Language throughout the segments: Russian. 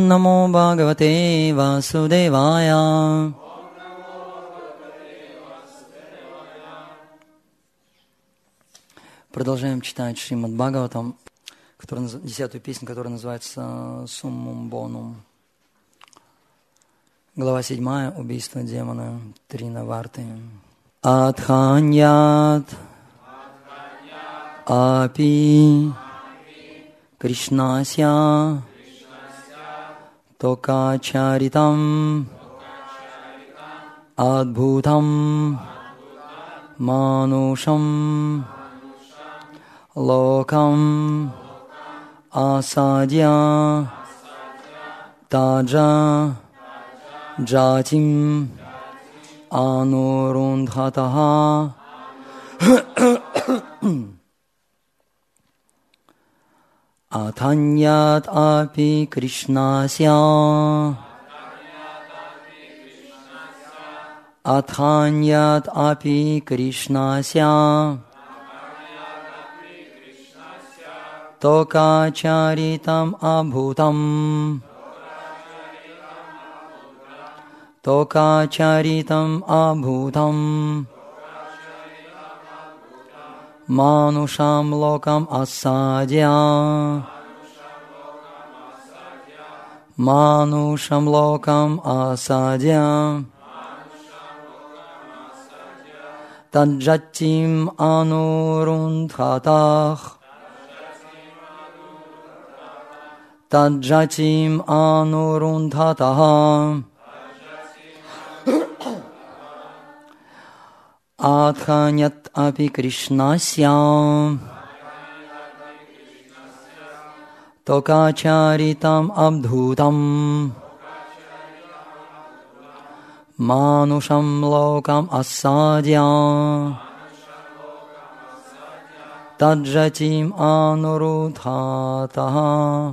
Ом намо Бхагавате Васудевая. Продолжаем читать Шримад Бхагаватам, 10-ю песню, которая называется Суммум Бонум. Глава 7. Убийство демона Тринаварты. Адханьят апи Кришнася токачаритам адбхутам манушам локам асадья таджа джатим анурундхатаха. Атаньят апи Кришнася Атханьят апи Кришнася Токачаритам абхутам Токачаритам абхутам Манушам локам асадья Манушам локам асадья Таджатим анурундхатах Таджатим анурундхатах Адханят апи Кришнася Токачаритам абдхутам Манушам локам асадья Таджатим анурудхатаха.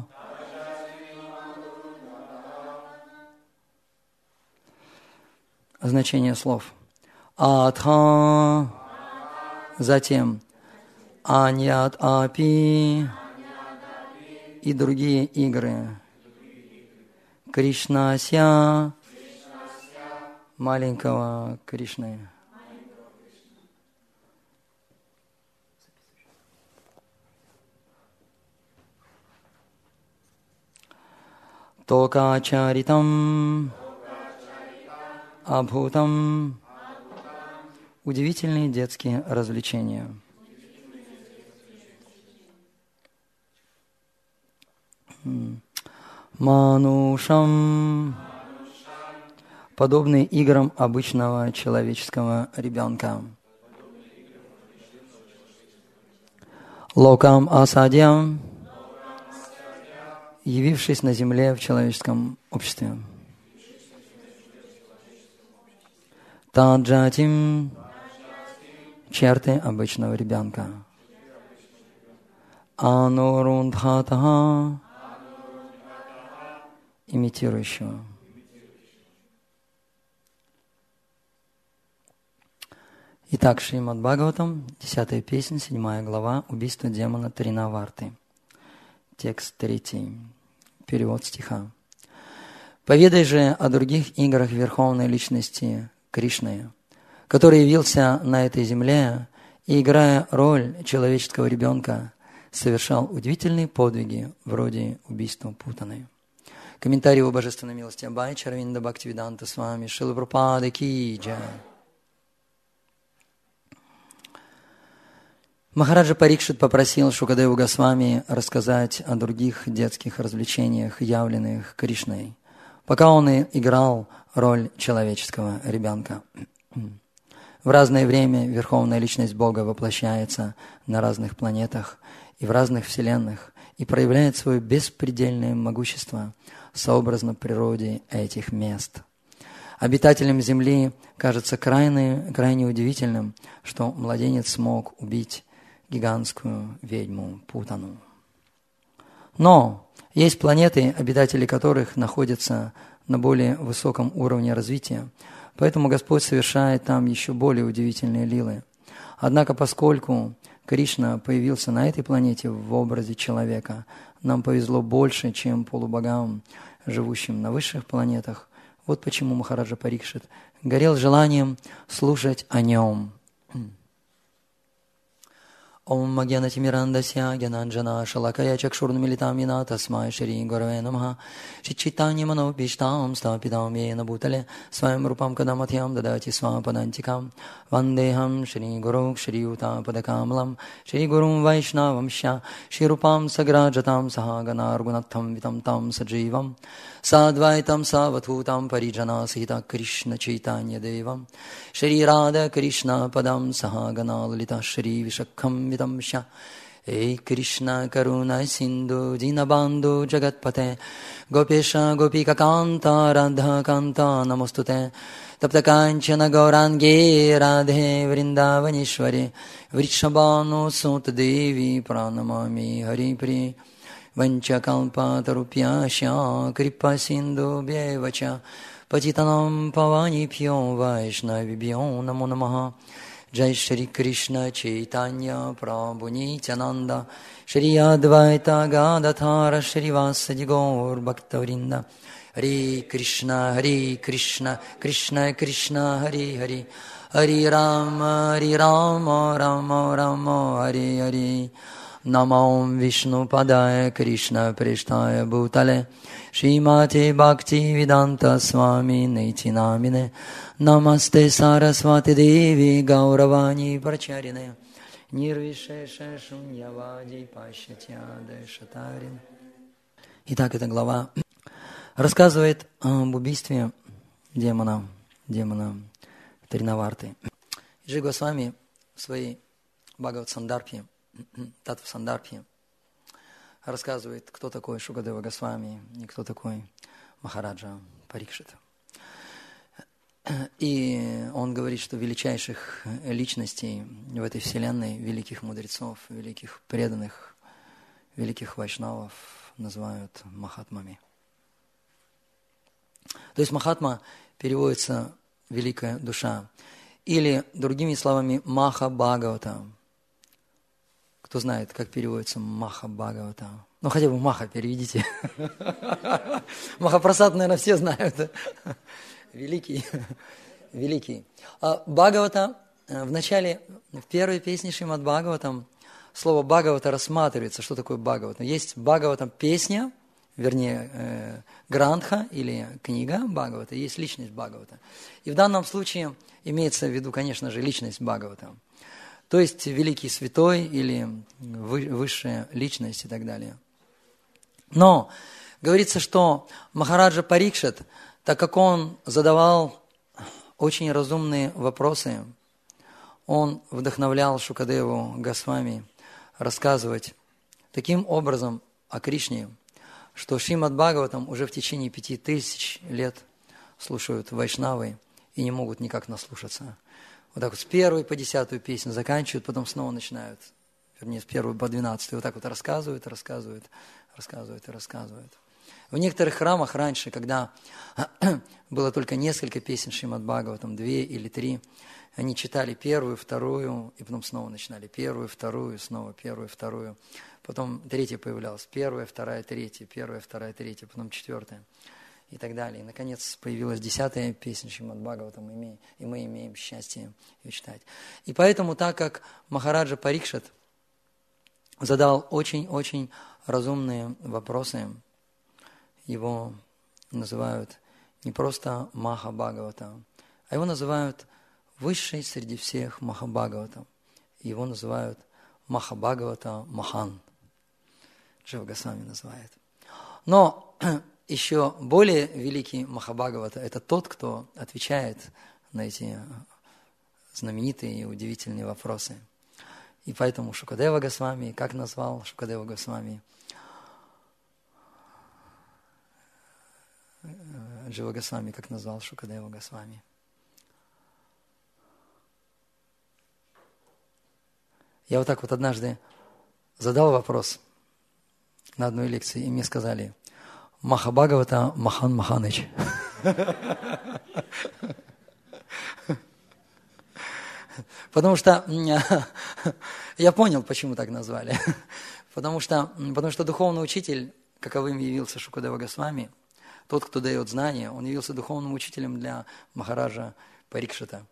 Значение слов. Адха, затем аньят апи и другие игры. Кришнася, маленького Кришны. Токачаритам абхутам. Удивительные детские развлечения. Манушам, подобные играм обычного человеческого ребенка. Локам асадьям, явившись на земле в человеческом обществе. Таджатим, черты обычного ребенка. Анурундхатаха, имитирующего. Итак, Шримад Бхагаватам, 10-я песня, 7 глава, убийство демона Тринаварты. Текст 3. Перевод стиха. «Поведай же о других играх Верховной Личности Кришны, который явился на этой земле и, играя роль человеческого ребенка, совершал удивительные подвиги вроде убийства Путаны». Комментарий о божественной милости Абай Чаравинда Бхактивиданта Свами Шрила Прабхупады ки джай. Махараджа Парикшит попросил Шукадеву Госвами рассказать о других детских развлечениях, явленных Кришной, пока он и играл роль человеческого ребенка. В разное время Верховная Личность Бога воплощается на разных планетах и в разных вселенных и проявляет свое беспредельное могущество сообразно природе этих мест. Обитателям Земли кажется крайне удивительным, что младенец смог убить гигантскую ведьму Путану. Но есть планеты, обитатели которых находятся на более высоком уровне развития, поэтому Господь совершает там еще более удивительные лилы. Однако, поскольку Кришна появился на этой планете в образе человека, нам повезло больше, чем полубогам, живущим на высших планетах. Вот почему Махараджа Парикшит горел желанием слушать о нем. Ом Агьянатимирандасья Гьянанджана Шалакая Чакшурнамилитам Яна Тасмай Шри Гураве Намаха Чичитанья Манопиштам Стапитам Йена Бутале Сваям Рупам Кадаматьям Дадати Свападантикам Вандехам Шри Гурук Шри Юта Падакамлам Шри Гурум Вайшнавамшя Шри Рупам Саграджатам Сахагана Аргунатхам Витам Там Садживам Садвайтам Саватхутам Париджана Сита Кришна Чайтанья Девам Шри Рада Кришна Падам Сахагана Лалита Шри Вишакхам Видамша Эй Кришна Каруна Синду Динабанду Джагатпате Гопеша Гопика Канта Радха Канта Намостуте Таптаканчана Гауранге Радхе Вриндаванишвари Вришабану Сута Деви Пранамами Хари При Ванчакалпатарупьяща Крипа Синду Бьевача Патитанам Паванипьо Вайшнавибьо Намо Намаха Jai Shri Krishna Chaitanya Prabhu Nityananda Shri Advaita Gadadhara Shri Vasadi Gaur Bhaktavrinda Hare Krishna Krishna Krishna Hare Hare Hare Rama Rama Rama Hare Hare Namam Vishnu Padaya Krishna Prishtaya Bhutale Shrimate Bhakti Vedanta Swami Niti Namine Namaste Saraswati Devi Gauravani Pracharine Nirvishesha Shunyavadi Пашатьяде Шатарин. Итак, эта глава рассказывает об убийстве демона Тринаварты. Джи Госвами в своей Бхагават-сандарбхе, Татва-сандарбхе рассказывает, кто такой Шукадева Госвами и кто такой Махараджа Парикшит. И он говорит, что величайших личностей в этой вселенной, великих мудрецов, великих преданных, великих вайшнавов называют махатмами. То есть махатма переводится «великая душа». Или, другими словами, Маха Бхагавата. Кто знает, как переводится Маха Бхагавата? Ну, хотя бы Маха переведите. Махапрасад, наверное, все знают. Великий. Бхагавата, в начале, в первой песне Шримад Бхагаватам, слово Бхагавата рассматривается. Что такое Бхагавата? Есть Бхагаватам песня, вернее, грантха или книга Бхагавата, есть личность Бхагавата. И в данном случае имеется в виду, конечно же, личность Бхагавата. То есть великий святой или высшая личность и так далее. Но говорится, что Махараджа Парикшит, так как он задавал очень разумные вопросы, он вдохновлял Шукадеву Госвами рассказывать таким образом о Кришне, что Шримад Бхагаватам уже в течение 5000 лет слушают вайшнавы и не могут никак наслушаться. Вот так вот с 1 по 10 песню заканчивают, потом снова начинают, вернее, с 1 по 12, вот так вот рассказывают. В некоторых храмах раньше, когда было только несколько песен Шримад Бхагаватам, 2 или 3, они читали 1, 2, и потом снова начинали 1, 2, снова 1, 2. Потом 3 появлялась, 1, 2, 3, 1, 2, 3, потом 4 и так далее. И, наконец, появилась 10-я песня Шримад Бхагаватам, и мы имеем счастье ее читать. И поэтому, так как Махараджа Парикшит задал очень-очень разумные вопросы, его называют не просто Маха Бхагавата, а его называют высший среди всех Маха Бхагавата. Его называют Маха Бхагавата Махан. Джива Госвами называет. Но еще более великий Маха Бхагавата – это тот, кто отвечает на эти знаменитые и удивительные вопросы. И поэтому Шукадева Госвами, как назвал Шукадева Госвами? Джива Госвами, как назвал Шукадева Госвами? Я вот так вот однажды задал вопрос на одной лекции, и мне сказали: Маха Бхагавата Махан Маханыч. Потому что я понял, почему так назвали. Потому что духовный учитель, каковым явился Шукадева Госвами, тот, кто дает знания, он явился духовным учителем для Махараджа Парикшита.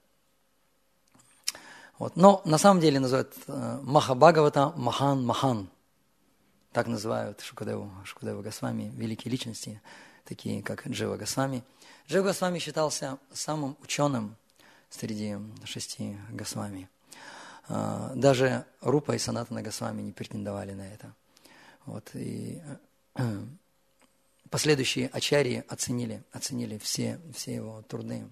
Вот. Но на самом деле называют Махабхагавата Махан. Так называют Шукадеву Госвами, великие личности, такие как Джива Госвами. Джива Госвами считался самым ученым среди 6 Госвами. Даже Рупа и Санатана Госвами не претендовали на это. Вот. И последующие ачарьи оценили все его труды.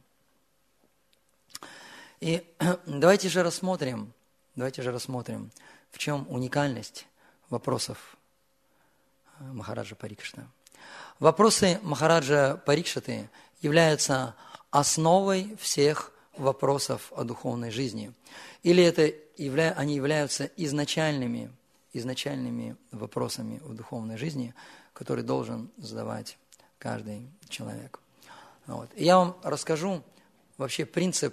И давайте же рассмотрим, в чем уникальность вопросов Махараджа Парикшита. Вопросы Махараджа Парикшиты являются основой всех вопросов о духовной жизни. Или они являются изначальными вопросами в духовной жизни, которые должен задавать каждый человек. Вот. И я вам расскажу вообще принцип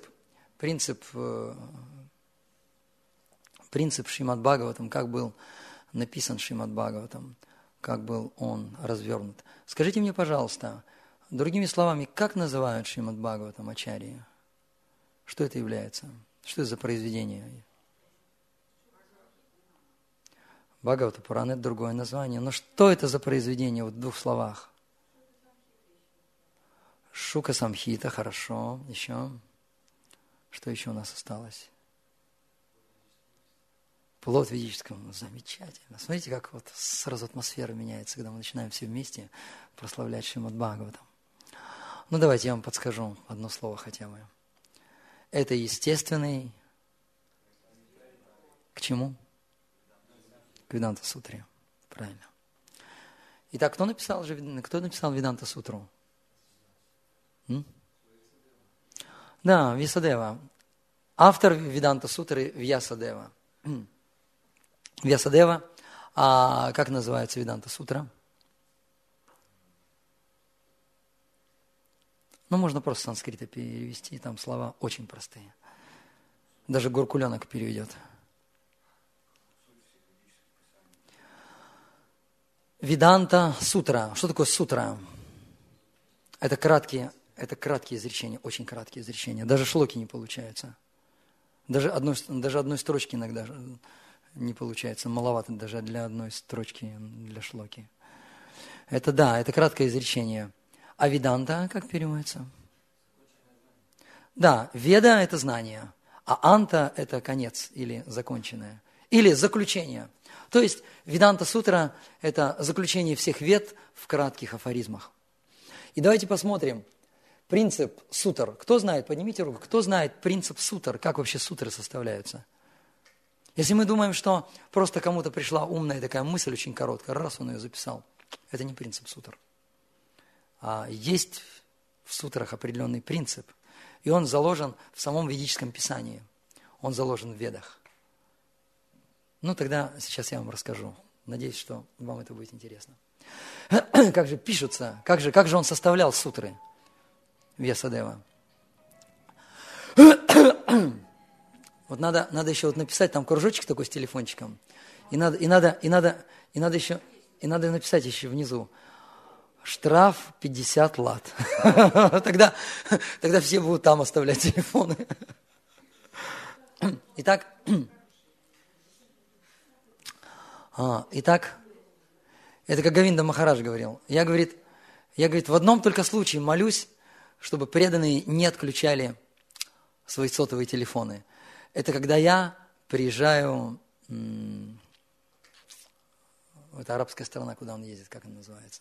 Шримад Бхагаватам, как был написан Шримад Бхагаватам, как был он развернут. Скажите мне, пожалуйста, другими словами, как называют Шримад Бхагаватам ачарьи? Что это является? Что это за произведение? Бхагавата Пурана – это другое название. Но что это за произведение в 2 словах? Шука Самхита, хорошо. Еще? Что еще у нас осталось? Плод ведического. Замечательно. Смотрите, как вот сразу атмосфера меняется, когда мы начинаем все вместе прославлять Шримад Бхагаватам. Ну, давайте я вам подскажу одно слово хотя бы. Это естественный... К чему? К Веданта Сутре. Правильно. Итак, кто написал Веданта Сутру? Да, Вьясадева. Автор Веданта Сутры Вьясадева. Вьясадева. А как называется Веданта Сутра? Ну, можно просто с санскрита перевести, там слова очень простые. Даже Горкуленок переведет. Веданта Сутра. Что такое сутра? Это краткие изречения, очень краткие изречения. Даже шлоки не получаются. Даже одной строчки иногда не получается. Маловато даже для одной строчки, для шлоки. Это краткое изречение. А веданта как переводится? Да, веда – это знание, а анта – это конец или законченное, или заключение. То есть Веданта Сутра – это заключение всех вед в кратких афоризмах. И давайте посмотрим принцип сутр. Кто знает, поднимите руку, кто знает принцип сутр, как вообще сутры составляются? Если мы думаем, что просто кому-то пришла умная такая мысль, очень короткая, раз он ее записал, это не принцип сутр. А есть в сутрах определенный принцип, и он заложен в самом ведическом писании, он заложен в ведах. Ну, тогда сейчас я вам расскажу. Надеюсь, что вам это будет интересно. Как же пишутся, как же он составлял сутры Вьясадева. Вот надо еще вот написать, там кружочек такой с телефончиком, и надо написать еще внизу. Штраф 50 лат. Тогда все будут там оставлять телефоны. Итак, это как Говинда Махарадж говорил. Я, говорит, в одном только случае молюсь, чтобы преданные не отключали свои сотовые телефоны. Это когда я приезжаю, это арабская страна, куда он ездит, как она называется?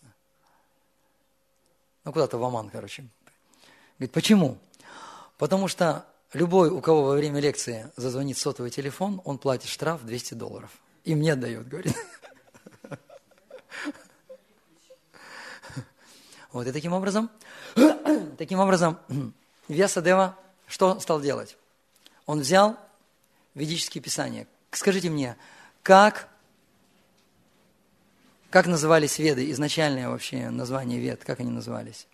Ну, куда-то в Оман, короче. Говорит, почему? Потому что любой, у кого во время лекции зазвонит сотовый телефон, он платит штраф $200. И мне отдает, говорит. Вот, и таким образом, Вьясадева что стал делать? Он взял ведические писания. Скажите мне, как назывались веды, изначальное вообще название вед, как они назывались?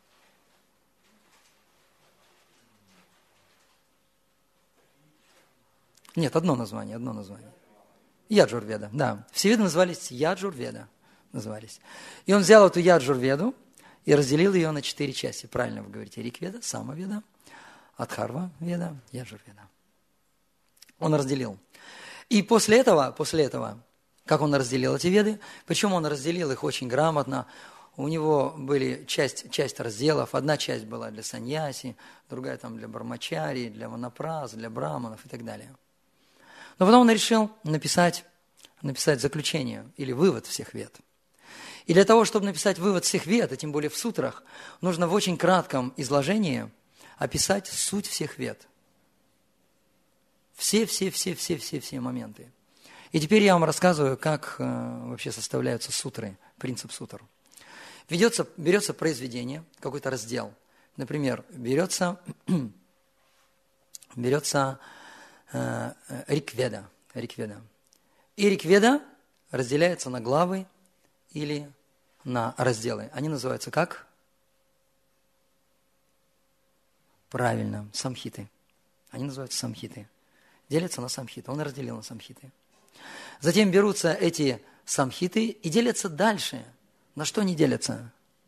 Нет, одно название. Яджурведа, да. Все веды назывались Яджурведа. И он взял эту Яджурведу и разделил ее на 4 части. Правильно вы говорите, Ригведа, Самаведа, Адхарва-веда, Яджур-веда. Он разделил. И после этого, как он разделил эти веды, причем он разделил их очень грамотно, у него были часть разделов, одна часть была для саньяси, другая там для бармачари, для ванапрас, для браманов и так далее. Но потом он решил написать заключение или вывод всех вед. И для того, чтобы написать вывод всех вед, а тем более в сутрах, нужно в очень кратком изложении описать суть всех вед. Все моменты. И теперь я вам рассказываю, как вообще составляются сутры, принцип сутр. Берется произведение, какой-то раздел. Например, берется Ригведа. И Ригведа разделяется на главы или на разделы. Они называются как? Правильно, самхиты. Они называются самхиты. Делятся на самхиты. Он разделил на самхиты. Затем берутся эти самхиты и делятся дальше. На что они делятся?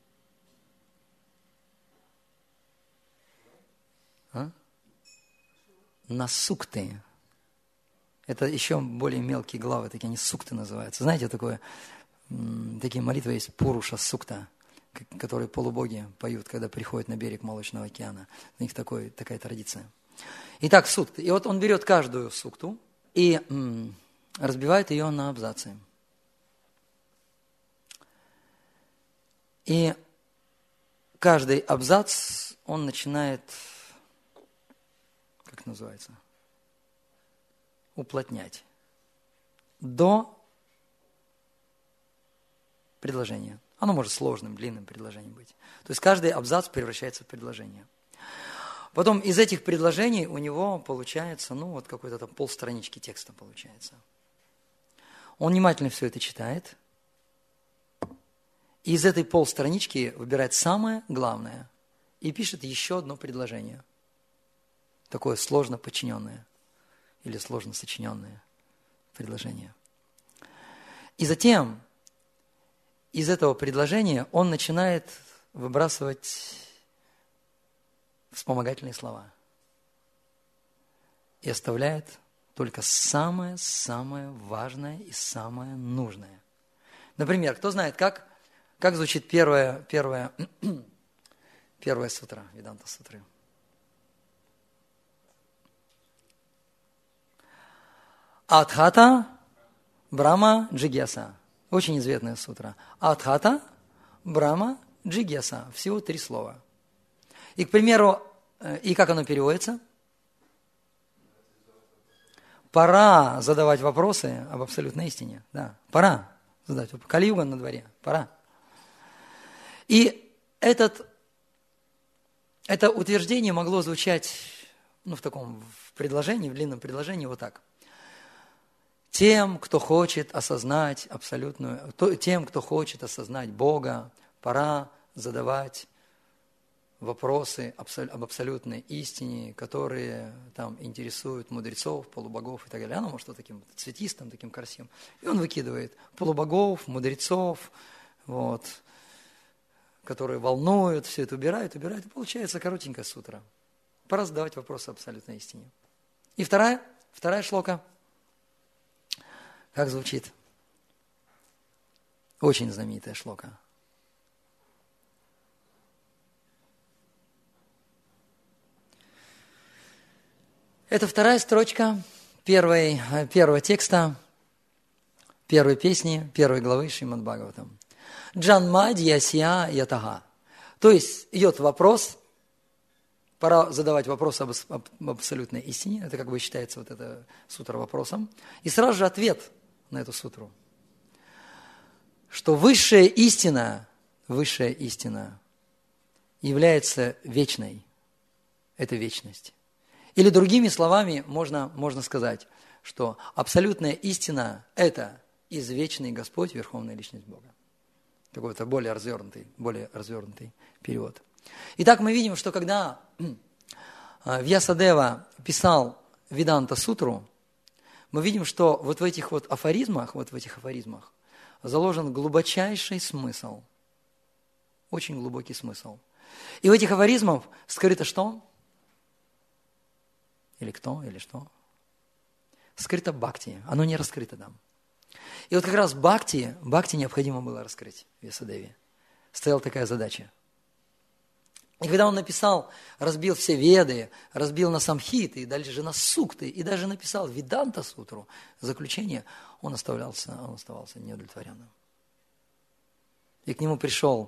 На сукты. Это еще более мелкие главы, такие они сукты называются. Знаете, такие молитвы есть, Пуруша сукта, которые полубоги поют, когда приходят на берег Молочного океана. У них такая традиция. Итак, сукты. И вот он берет каждую сукту и разбивает ее на абзацы. И каждый абзац он начинает, как называется, уплотнять до предложения. Оно может сложным, длинным предложением быть. То есть каждый абзац превращается в предложение. Потом из этих предложений у него получается, какой-то там полстранички текста получается. Он внимательно все это читает. И из этой полстранички выбирает самое главное и пишет еще одно предложение. Такое сложно подчиненное или сложно сочиненное предложение. И затем из этого предложения он начинает выбрасывать вспомогательные слова и оставляет только самое важное и самое нужное. Например, кто знает, как звучит первая сутра, Веданта сутры? Адхата Брахма Джигьяса. Очень известная сутра. Адхата Брахма Джигьяса. Всего 3 слова. И, к примеру, и как оно переводится? Пора задавать вопросы об абсолютной истине. Да, пора задать. Кали-юга на дворе. Пора. И это утверждение могло звучать в предложении, в длинном предложении вот так. Тем, кто хочет осознать тем, кто хочет осознать Бога, пора задавать вопросы об абсолютной истине, которые там интересуют мудрецов, полубогов и так далее. Оно может быть таким цветистым, таким красивым. И он выкидывает полубогов, мудрецов, которые волнуют, все это убирают, и получается коротенькая сутра. Пора задавать вопросы об абсолютной истине. И вторая шлока. Как звучит? Очень знаменитая шлока. Это вторая строчка первого текста, первой песни, первой главы Шримад Бхагаватам. Джанма дьясья ятага. То есть идет вопрос, пора задавать вопрос об абсолютной истине, это как бы считается эта сутра вопросом, и сразу же ответ на эту сутру, что высшая истина является вечной, это вечность. Или другими словами можно сказать, что абсолютная истина – это извечный Господь, Верховная Личность Бога. Такой-то более развернутый перевод. Итак, мы видим, что когда Вьясадева писал Веданта сутру, мы видим, что в этих афоризмах заложен глубочайший смысл. очень глубокий смысл. И в этих афоризмах скрыто что? Или кто, или что? Скрыто бхакти, оно не раскрыто там. И вот как раз бхакти необходимо было раскрыть в Вьясадеве. Стояла такая задача. И когда он написал, разбил все веды, разбил на самхиты, и дальше на сукты, и даже написал Веданта сутру, заключение, он оставался неудовлетворенным. И к нему пришел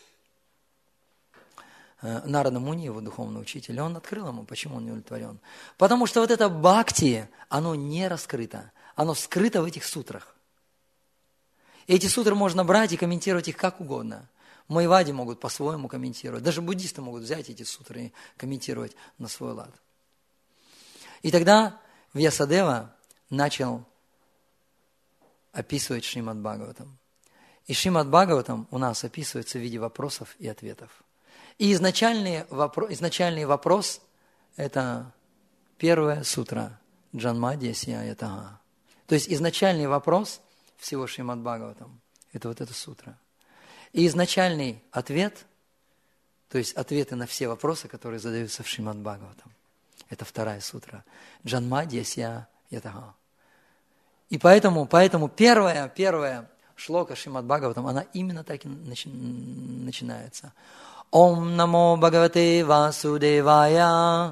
Нарада Муни, его духовный учитель, и он открыл ему, почему он не удовлетворен. Потому что вот это бхакти, оно не раскрыто, оно скрыто в этих сутрах. И эти сутры можно брать и комментировать их как угодно. Майявади могут по-своему комментировать. Даже буддисты могут взять эти сутры и комментировать на свой лад. И тогда Вьясадева начал описывать Шримад Бхагаватам. И Шримад Бхагаватам у нас описывается в виде вопросов и ответов. И изначальный вопрос – это первая сутра Джанмадьясья Ятага. То есть изначальный вопрос всего Шримад Бхагаватам – это вот эта сутра. И изначальный ответ, то есть ответы на все вопросы, которые задаются в Шримад Бхагаватам, это вторая сутра. Джанмадьясья Ятага. И поэтому первая шлока Шримад Бхагаватам, она именно так и начинается. Ом намо Бхагавате Васудевая.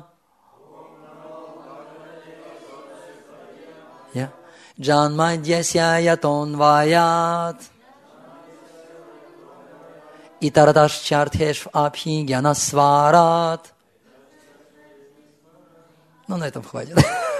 Джанмадьясья Ятонваят. Итарадашчартхешв абхи гьянасварат. Ну, на этом хватит.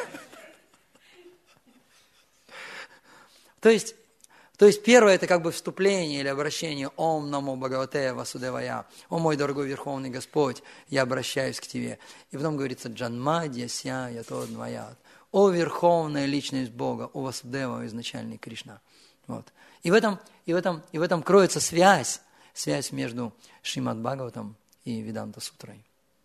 То есть первое это как бы вступление или обращение Ом намо Бхагавате Васудевая. О мой дорогой Верховный Господь, я обращаюсь к Тебе. И потом говорится Джанмадьясья Ятонваят. О Верховная Личность Бога, о Васудева, изначальный Кришна. Вот. И в этом кроется связь между Шримад Бхагаватам и Веданта Сутрой.